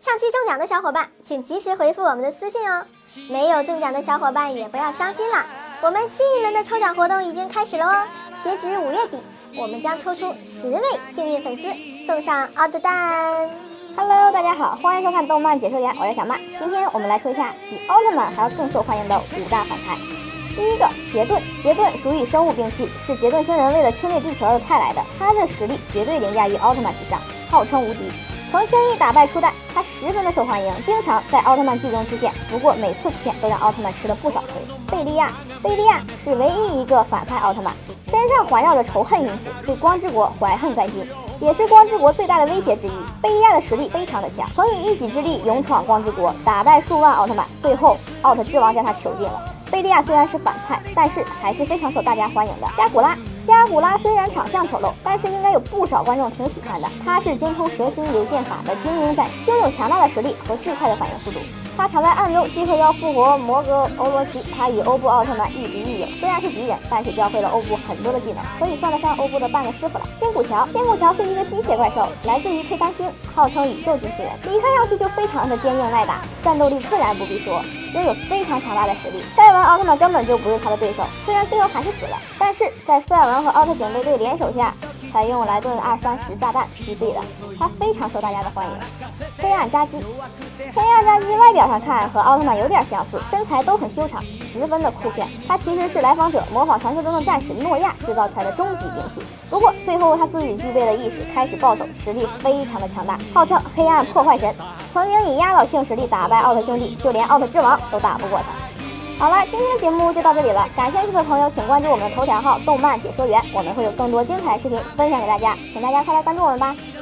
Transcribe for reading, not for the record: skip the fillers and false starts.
上期中奖的小伙伴，请及时回复我们的私信哦。没有中奖的小伙伴也不要伤心了，我们新一轮的抽奖活动已经开始了哦。截止5月底，我们将抽出10位幸运粉丝，送上奥特蛋。 Hello， 大家好，欢迎收看动漫解说员，我是小曼。今天我们来说一下比奥特曼还要更受欢迎的5大反派。第一个，杰顿。杰顿属于生物兵器，是杰顿星人为了侵略地球而派来的，他的实力绝对凌驾于奥特曼之上，号称无敌。曾轻易打败初代，他十分的受欢迎，经常在奥特曼剧中出现，不过每次出现都让奥特曼吃了不少亏。贝利亚是唯一一个反派奥特曼，身上环绕着仇恨因子，对光之国怀恨在心，也是光之国最大的威胁之一。贝利亚的实力非常的强，曾以一己之力勇闯光之国，打败数万奥特曼，最后奥特之王将他囚禁了。贝利亚虽然是反派，但是还是非常受大家欢迎的。加古拉虽然长相丑陋，但是应该有不少观众挺喜欢的。他是精通蛇心流剑法的精英战士，拥有强大的实力和巨快的反应速度。他藏在暗中，机会要复活摩格欧罗奇。他与欧布奥特曼亦敌亦友，虽然是敌人，但是教会了欧布很多的技能，可以算得上欧布的半个师傅了。天古桥是一个机械怪兽，来自于佩丹星，号称宇宙机器人。一看上去就非常的坚硬耐打，战斗力自然不必说，拥有非常强大的实力。塞尔文奥特曼根本就不是他的对手，虽然最后还是死了，但是在塞尔文和奥特警备队联手下，采用莱顿230炸弹击毙了他，非常受大家的欢迎。黑暗扎基外表上看和奥特曼有点相似，身材都很修长，十分的酷炫。他其实是来访者模仿传说中的战士诺亚制造出来的终极兵器，不过最后他自己具备了意识，开始暴走，实力非常的强大，号称黑暗破坏神，曾经以压倒性实力打败奥特兄弟，就连奥特之王都打不过他。好了，今天的节目就到这里了，感兴趣的朋友请关注我们的头条号动漫解说员，我们会有更多精彩视频分享给大家，请大家快来关注我们吧。